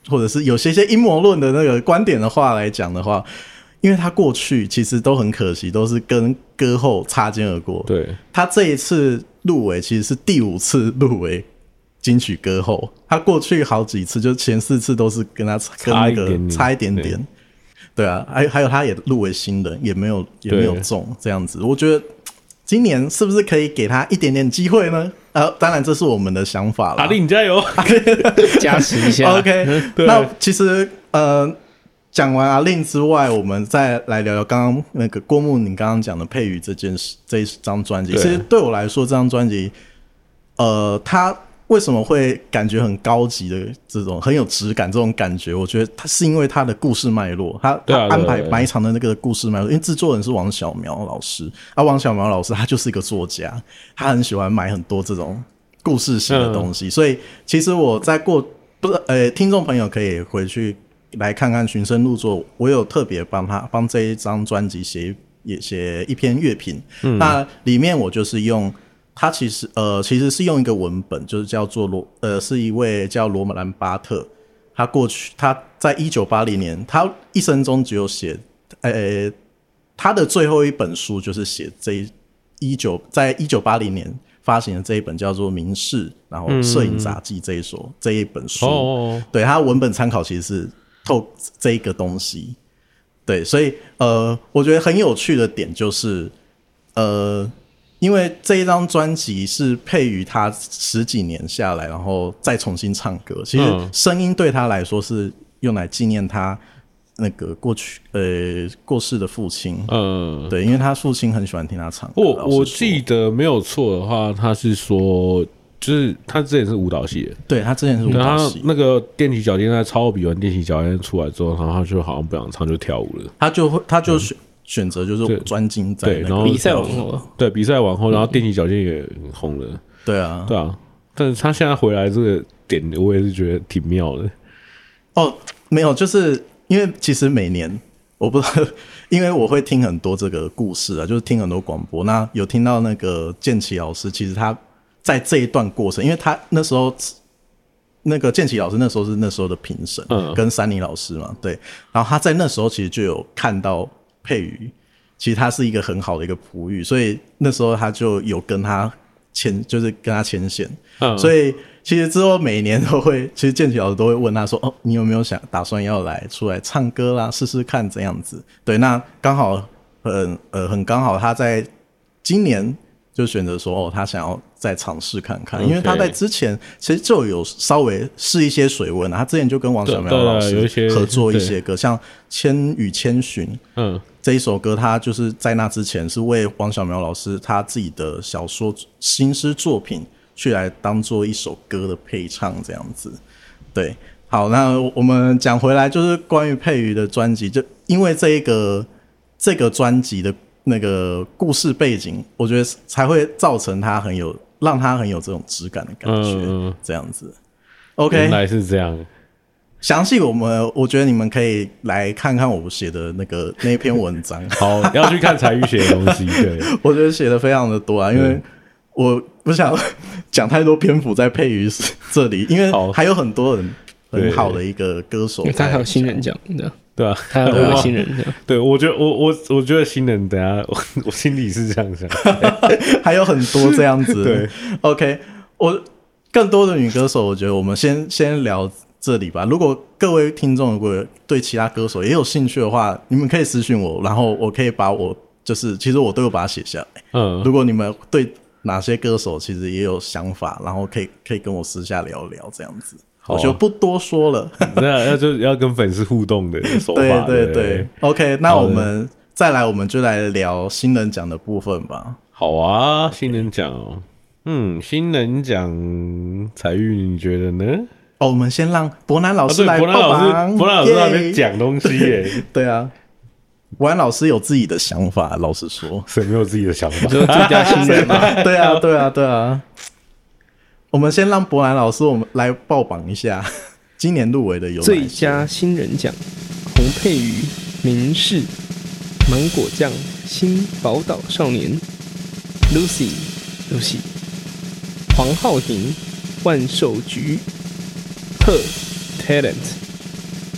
或者是有些些阴谋论的那个观点的话来讲的话，因为他过去其实都很可惜，都是跟歌后擦肩而过。 对， 他这一次入围其实是第五次入围金曲歌后，他过去好几次就前四次都是跟他跟那个差一点点。对, 对啊，还还有他也入围新人，也没有也没有中这样子。我觉得今年是不是可以给他一点点机会呢？呃，当然这是我们的想法啦。 阿令加油， 加持一下。 OK， 那其实呃。讲完阿令之外，我们再来聊聊刚刚那个郭木你刚刚讲的佩瑜这件事，这一张专辑。其实对我来说，这张专辑，呃，它为什么会感觉很高级的这种很有质感这种感觉？我觉得它是因为它的故事脉络，它它安排埋藏的那个故事脉络。因为制作人是王小苗老师，啊，王小苗老师他就是一个作家，他很喜欢买很多这种故事性的东西，嗯、所以其实我在过不是呃，听众朋友可以回去。来看看寻声入座，我有特别帮他帮这一张专辑写也写一篇乐评、嗯，那里面我就是用他其实呃其实是用一个文本，就是叫做罗呃是一位叫罗兰巴特，他过去他在一九八零年，他一生中只有写呃他的最后一本书就是写这一九在一九八零年发行的这一本叫做《民视》，然后摄影杂技这一所、嗯、这一本书，哦、对他文本参考其实是。透这一个东西，对，所以呃，我觉得很有趣的点就是，呃，因为这一张专辑是配于他十几年下来，然后再重新唱歌，其实声音对他来说是用来纪念他那个过去呃过世的父亲，嗯，对，因为他父亲很喜欢听他唱歌。 我我记得没有错的话，他是说。就是他之前是舞蹈系的， 对他之前是舞蹈系。 那个踮起脚尖在超比完踮起脚尖出来之后，然后他就好像不想唱，就跳舞了。 他就他就选、嗯、选择就是专精在、那個、 对，然后比赛完后， 对比赛完后，然后踮起脚尖也红了。 对啊， 对啊。但是他现在回来这个点，我也是觉得挺妙的。 哦，没有，就是因为其实每年我不知道，因为我会听很多这个故事啊，就是听很多广播。那有听到那个建奇老师，其实他。在这一段过程，因为他那时候那个建奇老师那时候是那时候的评审、嗯，跟珊妮老师嘛，对，然后他在那时候其实就有看到佩瑜，其实他是一个很好的一个璞玉，所以那时候他就有跟他牵，就是跟他牵线、嗯，所以其实之后每年都会，其实建奇老师都会问他说：“哦，你有没有想打算要来出来唱歌啦，试试看这样子？”对，那刚好很呃很刚好他在今年。就选择说哦，他想要再尝试看看， okay. 因为他在之前其实就有稍微试一些水温啊。他之前就跟王小苗老师合作一些歌，像《千与千寻》嗯，这一首歌，他就是在那之前是为王小苗老师他自己的小说新诗作品去来当做一首歌的配唱这样子。对，好，那我们讲回来，就是关于佩瑜的专辑，就因为这一个这个专辑的。那个故事背景，我觉得才会造成它很有，让它很有这种质感的感觉，嗯、这样子。OK， 原来是这样。 详细我们，我觉得你们可以来看看我写的那个那篇文章。 好，要去看才玉写的东西。对， 我觉得写的非常的多啊，因为我不想讲太多篇幅在佩瑜这里，因为还有很多人很好的一个歌手， 他还有新人奖的。 对啊， 他有个新人奖。 对，我觉得我我我觉得新人，等一下我我心里是这样想， 还有很多这样子。 对 ，OK， 我更多的女歌手，我觉得我们先先聊这里吧。如果各位听众如果对其他歌手也有兴趣的话，你们可以私讯我，然后我可以把我就是其实我都有把它写下来。嗯，如果你们对哪些歌手其实也有想法，然后可以可以跟我私下聊聊这样子。我就不多说了， 那要就要跟粉丝互动的手法。 对对对 ，OK， 那我们再来，我们就来聊新人奖的部分吧。 好啊，新人奖哦，嗯，新人奖，彩玉你觉得呢？ 哦，我们先让伯南老师来帮忙。 伯南老师在那边讲东西耶。 对啊，伯南老师有自己的想法，老实说， 谁没有自己的想法？ 就是最佳新人嘛。 对啊，对啊，对啊。我们先让伯南老师我们来报榜一下今年入围的有哪些最佳新人奖：洪佩瑜、民视、芒果酱、新宝岛少年、Lucy、Lucy、黄浩庭、万寿菊、特 Talent、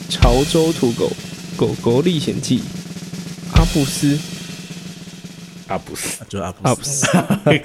潮州土狗、狗狗历险记、阿布斯、 阿布斯， 就阿阿布布斯。 斯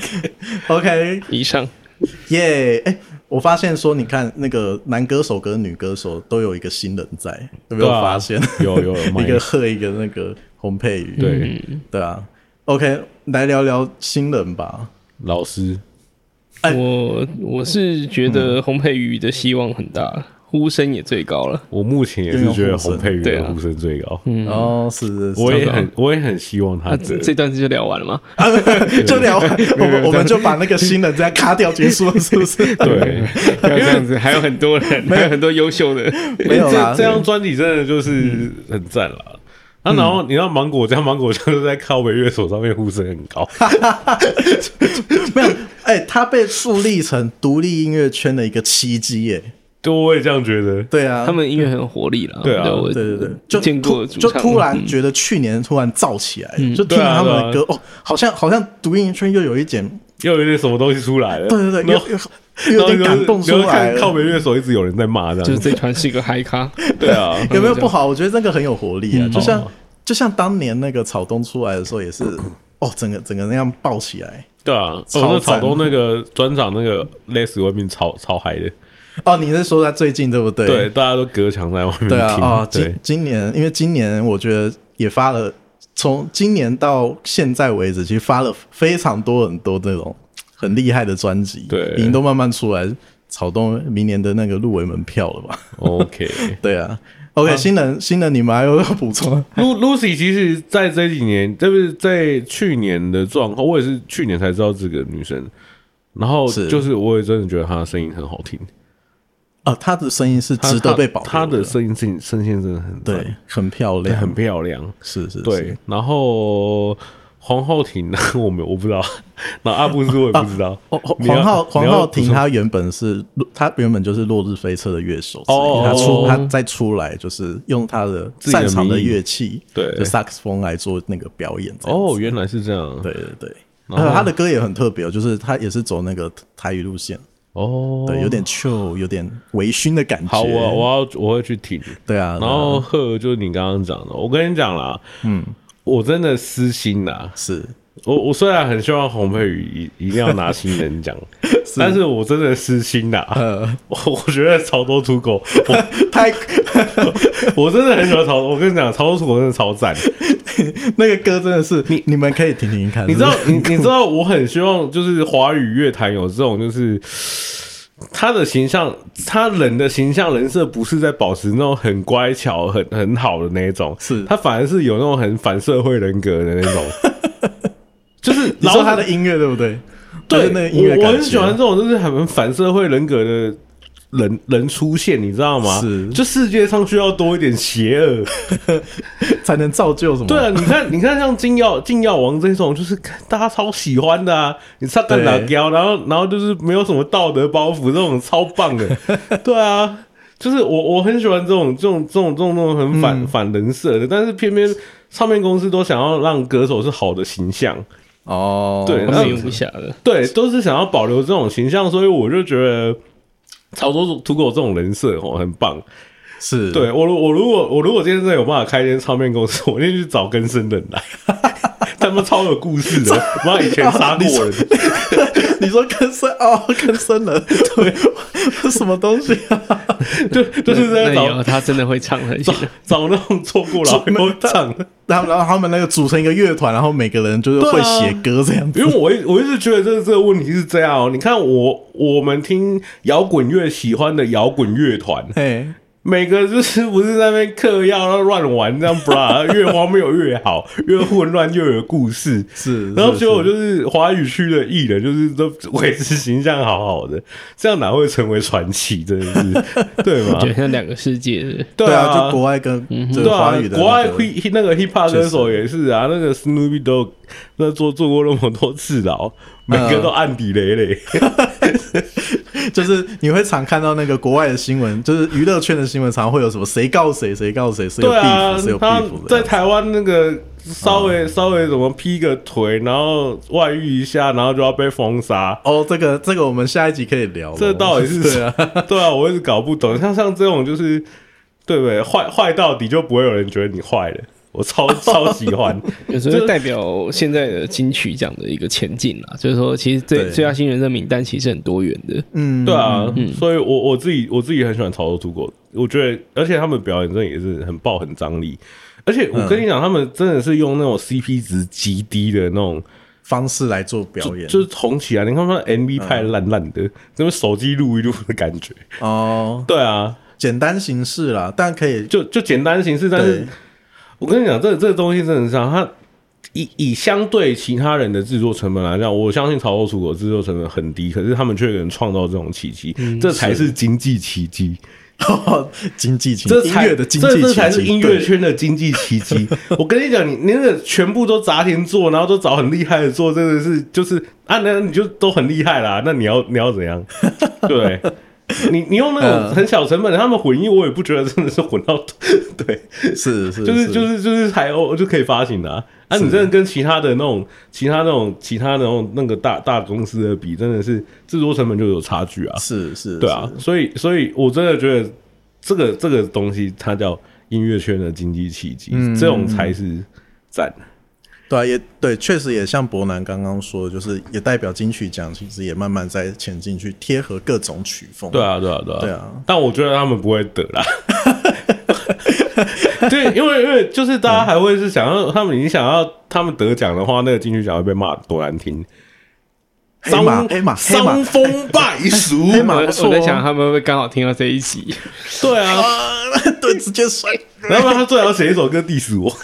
OK， 以上。 耶！哎，我发现说，你看那个男歌手跟女歌手都有一个新人在，有没有发现？ 啊、有有有一个贺，一个那个洪佩瑜。 对、 嗯、 对啊。OK， 来聊聊新人吧。 老师， 哎、我我是觉得洪佩瑜的希望很大。呼声也最高了， 我目前也是觉得洪佩瑜的呼声最高。 嗯，哦，是是， 我也很我也很希望他、啊。 这段就聊完了吗？ 就聊完，我们我们就把那个新人这样卡掉结束了，是不是？ 对， 不要这样子，还有很多人，还有很多优秀的， 没有啦。 这张专辑真的就是很赞啦。啊，然后你知道芒果酱，芒果酱就在靠北乐手上面呼声很高， 没有，哎、欸，他被树立成独立音乐圈的一个奇迹耶。 就我也这样觉得， 对啊， 他们音乐很有活力啦。 对啊， 对对对，就见过就突然觉得去年突然燥起来， 嗯、 就听了他们的歌， 啊啊、 哦，好像好像独立音乐圈又有一点， 又有一点什么东西出来了。 对对对，又有点感动出来了。 靠北乐手一直有人在骂，这样就是这团是一个嗨咖。 对啊， 有没有不好？我觉得这个很有活力啊， 嗯、 就像、哦、就像当年那个草东出来的时候，也是哦，整个整个那样爆起来。 对啊，哦，那草东那个专场那个 Les 外面超超嗨的。 哦，你是说在最近对不对？ 对，大家都隔墙在外面听。 对啊，哦，今今年因为今年我觉得也发了，从今年到现在为止，其实发了非常多很多那种很厉害的专辑， 对， 已经都慢慢出来。草东明年的那个入围门票了吧 ？OK， 对啊 ，OK，、啊、新人新人你们还有要补充 ？Lucy 其实在这几年，就是在去年的状况，我也是去年才知道这个女生，然后就是我也真的觉得她的声音很好听。 啊，她的声音是值得被保留的， 她的声音声声线真的很对，很漂亮， 很漂亮， 是是是， 对。然后黄浩庭呢，我没我不知道，然后阿布斯我也不知道。 哦，黄浩黄浩庭他原本是他原本就是落日飞车的乐手，哦，他出他再出来就是用他的擅长的乐器， 对， 就萨克斯风来做那个表演。 哦，原来是这样， 对对对。还有他的歌也很特别，就是他也是走那个台语路线。 哦， 对，有点 chill， 有点微醺的感觉。 好，我我要我会去听。 对啊， 然后贺就是你刚刚讲的，我跟你讲啦，嗯，我真的私心啦， 是我我虽然很希望洪佩瑜一一定要拿新人奖，但是我真的私心啦，呃、我我觉得潮州土狗，我太， 我真的很喜欢潮州。我跟你讲，潮州土狗真的超赞。 那个歌真的是你你们可以听听看。 你知道你你知道我很希望就是华语乐坛有这种就是他的形象，他人的形象人设不是在保持那种很乖巧很很好的那种， 是他反而是有那种很反社会人格的那种。就是你说他的音乐对不对？ 对， 那个音乐我我很喜欢这种就是很反社会人格的。人人出现，你知道吗？ 是， 就世界上需要多一点邪恶， 才能造就什么？ 对啊，你看，你看，像金耀金耀王这种，就是大家超喜欢的啊。你上干打胶，然后然后就是没有什么道德包袱，这种超棒的。对啊，就是我我很喜欢这种这种这种这种这种很反、嗯、反人设的，但是偏偏唱片公司都想要让歌手是好的形象。 哦， 对， 那用不下的， 对，都是想要保留这种形象，所以我就觉得。潮州土狗这种人设哦，很棒。 是对我，我如果我如果今天真的有办法开一间唱片公司，我一定去找更生人来，他们超有故事的，妈以前杀过人。 你说更生哦，更生人，对，什么东西啊？ 就就是在找他真的会唱的， 找找那种坐过牢会唱的。 然后，然后他们那个组成一个乐团，然后每个人就是会写歌这样子。 因为我一我一直觉得这这个问题是这样哦。你看我我们听摇滚乐喜欢的摇滚乐团， 嘿。 每个就是不是在那边嗑药然后乱玩这样，不啦，越荒谬越好，越混乱越有故事。 是， 然后结果就是华语区的艺人，就是都维持形象好好的，这样哪会成为传奇？真的是，对吗？ 就像两个世界的， 对啊， 就国外跟这个华语的、那个， 国外 hip 那个 hip hop 歌手也是啊，那个 Snoopy Dogg 那做做过那么多次牢，每个都暗地雷雷。 就是你会常看到那个国外的新闻，就是娱乐圈的新闻，常会有什么谁告谁，谁告谁，谁有 beef， 谁有 beef。 在台湾那个稍微、嗯、稍微怎么劈个腿，然后外遇一下，然后就要被封杀。 哦，这个这个我们下一集可以聊。 这到底是对啊， 对啊，我一直搞不懂。像像这种就是对不对？坏坏到底就不会有人觉得你坏了。我超超喜欢， 有时候代表现在的金曲奖的一个前进啦。就是说，其实最最佳新人的名单其实很多元的。 嗯， 对啊，嗯、所以我我自己我自己很喜欢潮州土狗，我觉得，而且他们表演真的也是很爆很张力。而且我跟你讲，嗯、他们真的是用那种 C P 值极低的那种方式来做表演， 就就是红起来。你看他们 M V 拍烂烂的，怎么手机录一录的感觉？哦，对啊， 简单形式啦，但可以就就简单形式，但是。我跟你讲，这个、这个东西真的是这样，它以以相对其他人的制作成本来讲，我相信潮州土狗制作成本很低，可是他们却能创造这种奇迹，嗯、这才是经济奇迹。 经济奇迹， 这才音乐的经济奇迹， 这这才是音乐圈的经济奇迹。我跟你讲，你你那个全部都砸钱做，然后都找很厉害的做，真的是就是啊，那你就都很厉害啦。那你要你要怎样？对。你你用那种很小成本的，他们混音我也不觉得真的是混到对， 是是， 就是就是就是台欧就可以发行的啊。啊，你真的跟其他的那种、其他那种、其他的那种那个大大公司的比，真的是制作成本就有差距啊。 是是， 对啊，所以所以我真的觉得这个这个东西，它叫音乐圈的经济奇迹，嗯、这种才是赞。 对啊，也对，确实也像伯南刚刚说的，就是也代表金曲奖其实也慢慢在前进去贴合各种曲风。 对啊，对啊，对啊， 对啊。 但我觉得他们不会得啦。对，因为因为就是大家还会是想要他们，你想要他们得奖的话，那个金曲奖会被骂多难听。 黑马，黑马， 伤风败俗。 黑马，我在想他们会不会刚好听到这一集？ 对啊， 对，直接甩。 然后他最好写一首歌 diss 我，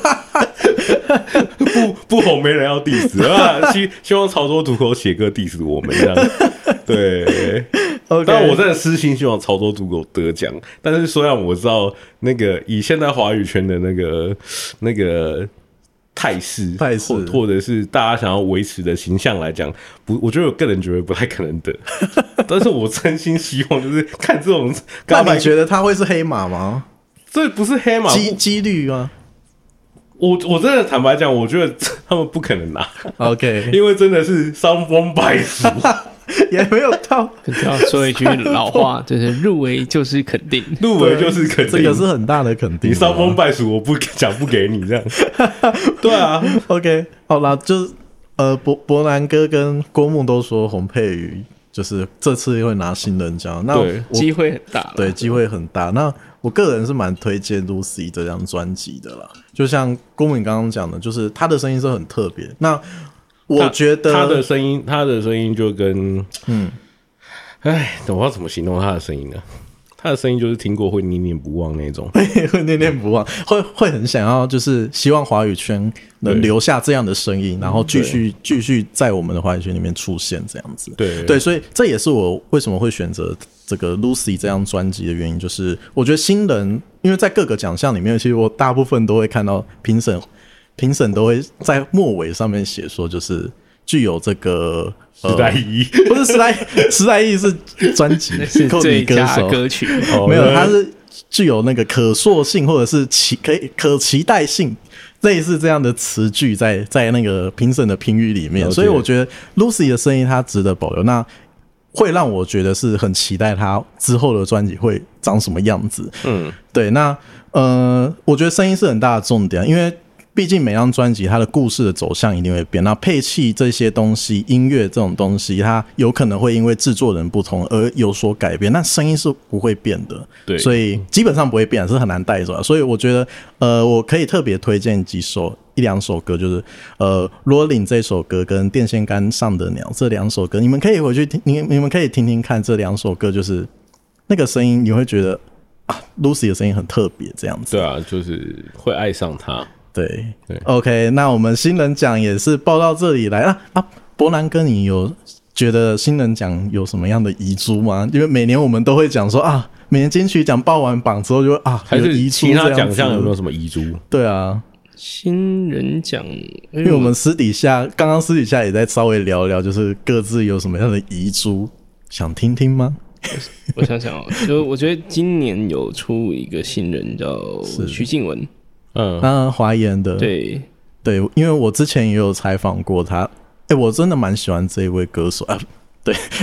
不不红没人要 diss 啊！希希望潮州土狗写歌 diss 我们这样。对， okay. 但我真的私心希望潮州土狗得奖。但是虽然我知道那个以现在华语圈的那个那个。态势， 态势， 或者是大家想要维持的形象来讲，不，我觉得我个人觉得不太可能得。但是我真心希望就是看这种， 那你觉得他会是黑马吗？ 这不是黑马， 几几率吗？ 我我真的坦白讲，我觉得他们不可能拿。 OK， 因为真的是伤风败俗。 也没有到， 要说一句老话，就是入围就是肯定， 入围就是肯定， 这个是很大的肯定。 你伤风败俗，我不讲不给你这样。对啊 ，OK， 好啦，就是呃，伯伯南哥跟郭木都说洪佩瑜就是这次会拿新人奖，那机会很大， 对，机会很大。那我个人是蛮推荐 Lucy 这张专辑的啦，就像郭木刚刚讲的，就是他的声音是很特别。那我觉得他, 他的声音，他的声音就跟嗯，哎，我不知道怎么形容他的声音呢？他的声音就是听过会念念不忘那种， 会念念不忘，会会很想要，就是希望华语圈能留下这样的声音，然后继续继续在我们的华语圈里面出现这样子。 对对，所以这也是我为什么会选择这个 Lucy 这张专辑的原因，就是我觉得新人，因为在各个奖项里面，其实我大部分都会看到评审。评审都会在末尾上面写说，就是具有这个时代意义， 不是时代时代意义是专辑是最佳歌曲， 没有，它是具有那个可塑性或者是期可以可期待性，类似这样的词句在在那个评审的评语里面，所以我觉得 Lucy 的声音它值得保留，那会让我觉得是很期待他之后的专辑会长什么样子。嗯，对，那呃，我觉得声音是很大的重点，因为毕竟每张专辑它的故事的走向一定会变，那配器这些东西，音乐这种东西，它有可能会因为制作人不同而有所改变，但声音是不会变的， 对， 所以基本上不会变，是很难带走的。所以我觉得，呃，我可以特别推荐几首一两首歌，就是呃 Rolling 这首歌跟电线杆上的鸟这两首歌，你们可以回去听，你你们可以听听看这两首歌，就是那个声音，你会觉得啊 ，Lucy 的声音很特别，这样子。 对啊，就是会爱上他。 对, 对 ，OK， 那我们新人奖也是报到这里来啊啊！伯南哥，你有觉得新人奖有什么样的遗珠吗？因为每年我们都会讲说啊，每年金曲奖报完榜之后就会啊， 还是其他奖项有没有什么遗珠？ 对啊， 新人奖， 因为我们私底下刚刚私底下也在稍微聊聊，就是各自有什么样的遗珠，想听听吗？ 我想想哦，就我觉得今年有出一个新人叫徐静雯。 嗯，啊，华研的， 对对，因为我之前也有采访过他，哎、欸，我真的蛮喜欢这一位歌手啊。对，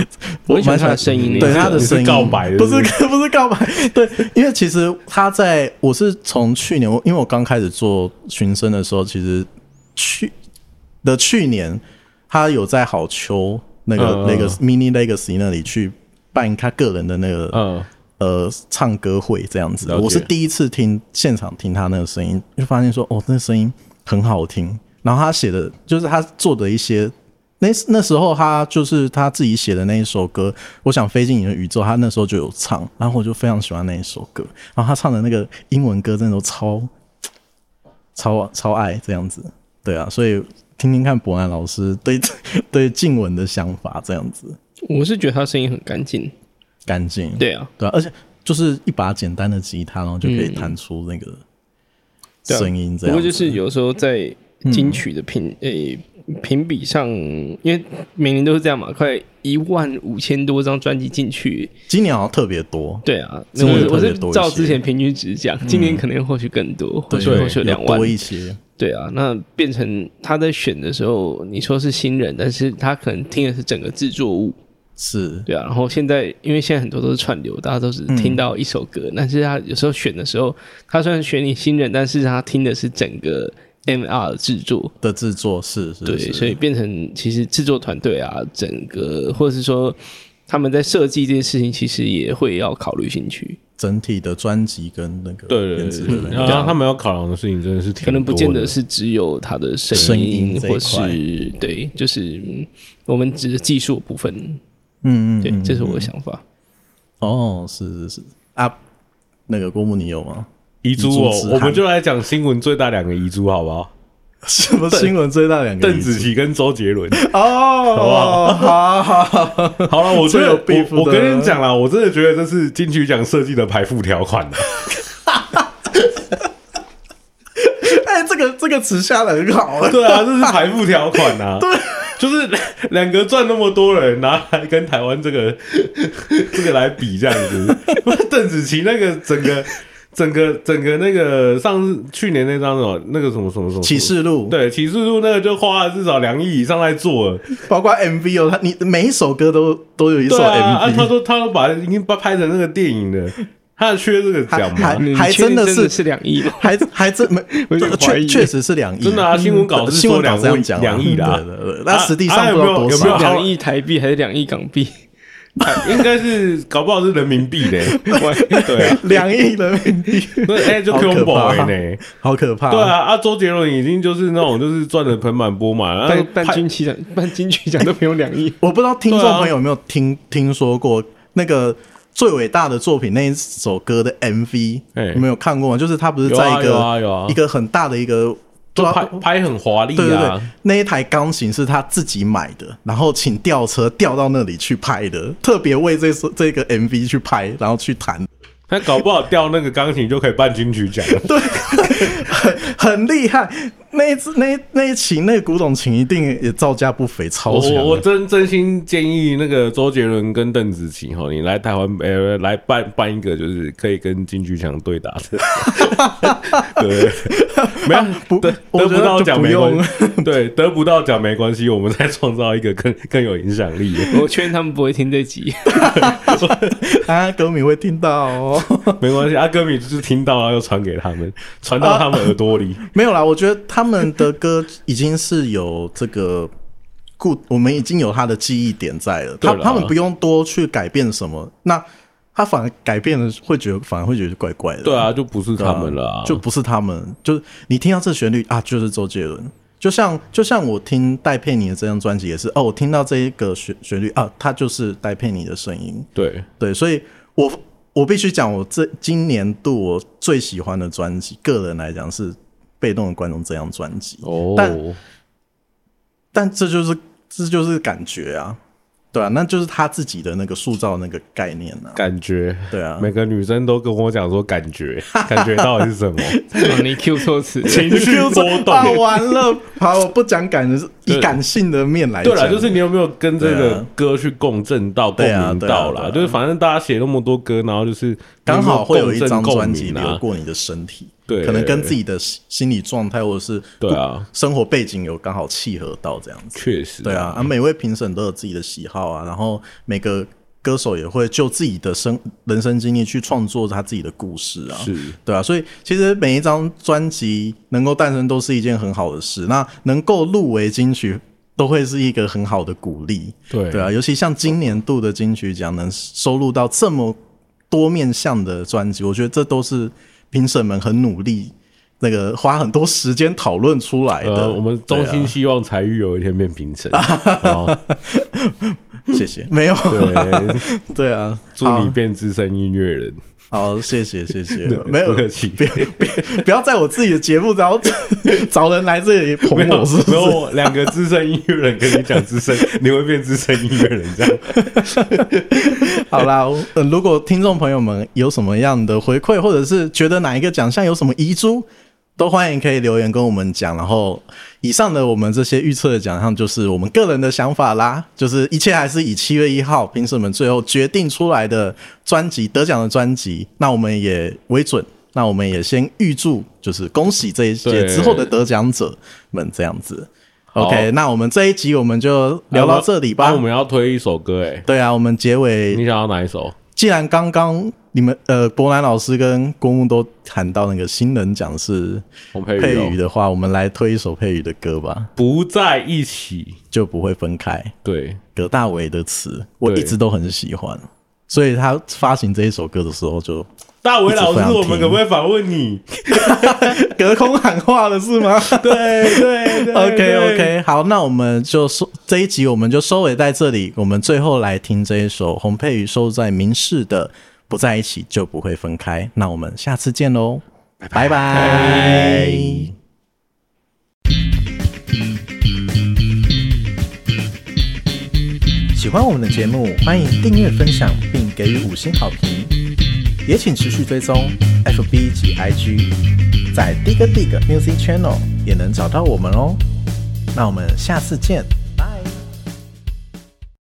我喜欢他的声音， 对他的声音告白的， 不是不是告白，对，因为其实他在我是从去年，因为我刚开始做寻声的时候，其实去的去年他有在好秋那个、嗯、那个 mini legacy 那里去办他个人的那个、嗯、呃唱歌会这样子，我是第一次听现场听他那个声音，就发现说哦，那个声音很好听，然后他写的就是他做的一些。那那时候他就是他自己写的那一首歌，我想飞进你的宇宙，他那时候就有唱，然后我就非常喜欢那一首歌，然后他唱的那个英文歌真的都超超超爱这样子，对啊，所以听听看伯南老师对对静雯的想法这样子。 我是觉得他声音很干净， 干净， 对啊， 对啊，而且就是一把简单的吉他，然后就可以弹出那个声音这样子、嗯啊。不过就是有时候在金曲的品诶。嗯欸评比上，因为每年都是这样嘛，快一万五千多张专辑进去， 今年好像特别多。 对啊，我我是照之前平均值讲，今年可能或许更多，或许或许两万多一些。 对啊，那变成他在选的时候，你说是新人，但是他可能听的是整个制作物。 是对啊，然后现在因为现在很多都是串流，大家都只听到一首歌、嗯，但是他有时候选的时候，他虽然选你新人，但是他听的是整个。M R 的制作的制作是是， 对，所以变成其实制作团队啊，整个或者是说他们在设计这件事情，其实也会要考虑进去整体的专辑跟那个对对对，然后他们要考量的事情真的是挺多的， 可能不见得是只有他的声音，或是对，就是我们指的技术部分，嗯嗯，对，这是我的想法。 哦，是是是啊，那个郭木你有吗？ 遗珠哦，我们就来讲新闻最大两个遗珠好不好？ 什么新闻最大两个？ 邓紫棋跟周杰伦哦，好不好？好好好， 好了，我觉得我我跟你讲啦，我真的觉得这是金曲奖设计的排富条款的。 哎，这个这个词下的很好啊。 对啊，这是排富条款啊。对。就是两个赚那么多人拿来跟台湾这个这个来比这样子，邓紫棋那个整个整个整个那个上次去年那张什么那个什么什么什么启示录， 对启示录那个就花了至少两亿以上在做了， 包括 M V 哦，他你每一首歌都都有一首 M V， 啊啊、他说他都把已经拍成那个电影了。他缺这个奖吗？ 还还真的是是两亿， 还还真没确确实是两亿， 真的啊！新闻稿是说两这样讲两亿啦， 那实际上不知道多少， 两亿台币还是两亿港币？ 应该是搞不好是人民币嘞，对啊， 两亿人民币， 哎，就 combo 呢， 好可怕！ 对啊，啊，周杰伦已经就是那种就是赚的盆满钵满， 办办金曲奖，办金曲奖都不用两亿。 我不知道听众朋友有没有听听说过那个。最伟大的作品那一首歌的 M V， 有没有看过吗？就是他不是在一个、 啊啊啊、 一个很大的一个， 就拍拍很华丽啊。 对对对，那一台钢琴是他自己买的，然后请吊车吊到那里去拍的，特别为这这个 M V 去拍，然后去弹。 他搞不好吊那个钢琴就可以办金曲奖了， 对，很很厉害。那一次那那一琴那个古董琴一定也造价不菲，超强。 我我真真心建议那个周杰伦跟邓紫棋哈，你来台湾呃来办办一个就是可以跟金曲奖对打的，对，没有、啊、不得得不到奖没关系，对，得不到奖没关系，我们再创造一个更更有影响力的。 我确认他们不会听这集， 啊，歌迷会听到哦， 没关系，啊，歌迷就是听到然后又传给他们，传到他们耳朵里。 没有啦，我觉得他。他们的歌已经是有这个固，我们已经有他的记忆点在了。他他们不用多去改变什么，那他反而改变了，会觉得反而会觉得怪怪的。 对啊，就不是他们了、啊， 就不是他们。就你听到这旋律啊，就是周杰伦。就像就像我听戴佩妮的这张专辑也是，哦，我听到这一个旋旋律啊，它就是戴佩妮的声音。 对对，所以我我必须讲，我这今年度我最喜欢的专辑，个人来讲是。被动的观众这样专辑，哦，但但这就是这就是感觉啊，对啊，那就是他自己的那个塑造那个概念啊， 感觉， 对啊， 每个女生都跟我讲说感觉，感觉到底是什么？ 你 Q 错词， 情绪波动， 啊，完了，好，我不讲感觉，以感性的面来讲， 对啦，就是你有没有跟这个歌去共振到、共鸣到啦？就是反正大家写那么多歌，然后就是刚好会有一张专辑流过你的身体。 对， 可能跟自己的心理状态或者是对啊生活背景有刚好契合到这样子， 确实， 对啊，啊每位评审都有自己的喜好啊，然后每个歌手也会就自己的生人生经历去创作他自己的故事啊， 是， 对啊，所以其实每一张专辑能够诞生都是一件很好的事，那能够入围金曲都会是一个很好的鼓励， 对对啊，尤其像今年度的金曲奖能收录到这么多面向的专辑，我觉得这都是评审们很努力那个花很多时间讨论出来的。 呃，我们衷心希望才玉有一天变评审。好， 谢谢。没有， 对对啊， 祝你变资深音乐人。 好，谢谢谢谢。没有， 不客气。 不要不要在我自己的节目然后找人来这里捧我，是不是？ 没有两个资深音乐人跟你讲资深，你会变资深音乐人这样。 好啦、呃，如果听众朋友们有什么样的回馈，或者是觉得哪一个奖项有什么遗珠，都欢迎可以留言跟我们讲。然后以上的我们这些预测的奖项就是我们个人的想法啦，就是一切还是以七月一号评审们最后决定出来的专辑得奖的专辑，那我们也为准。那我们也先预祝，就是恭喜这一届之后的得奖者们这样子。OK， 那我们这一集我们就聊到这里吧。 那我们要推一首歌，哎， 对啊，我们结尾你想要哪一首？ 既然刚刚你们呃伯南老师跟郭木都谈到那个新人奖是配语的话，我们来推一首配语的歌吧。 不在一起就不会分开。对，葛大为的词我一直都很喜欢，所以他发行这一首歌的时候就。 大伟老师，我们可不可以访问你？ 隔空喊话了是吗？ 对对对 ，OK OK， 好，那我们就收这一集我们就收尾在这里。我们最后来听这一首洪佩瑜收在民视的《不在一起就不会分开》。那我们下次见喽，拜拜。拜拜。喜欢我们的节目，欢迎订阅、分享，并给予五星好评。也请持续追踪 F B 及 I G， 在 Dig Dig Music Channel 也能找到我们哦。那我们下次见。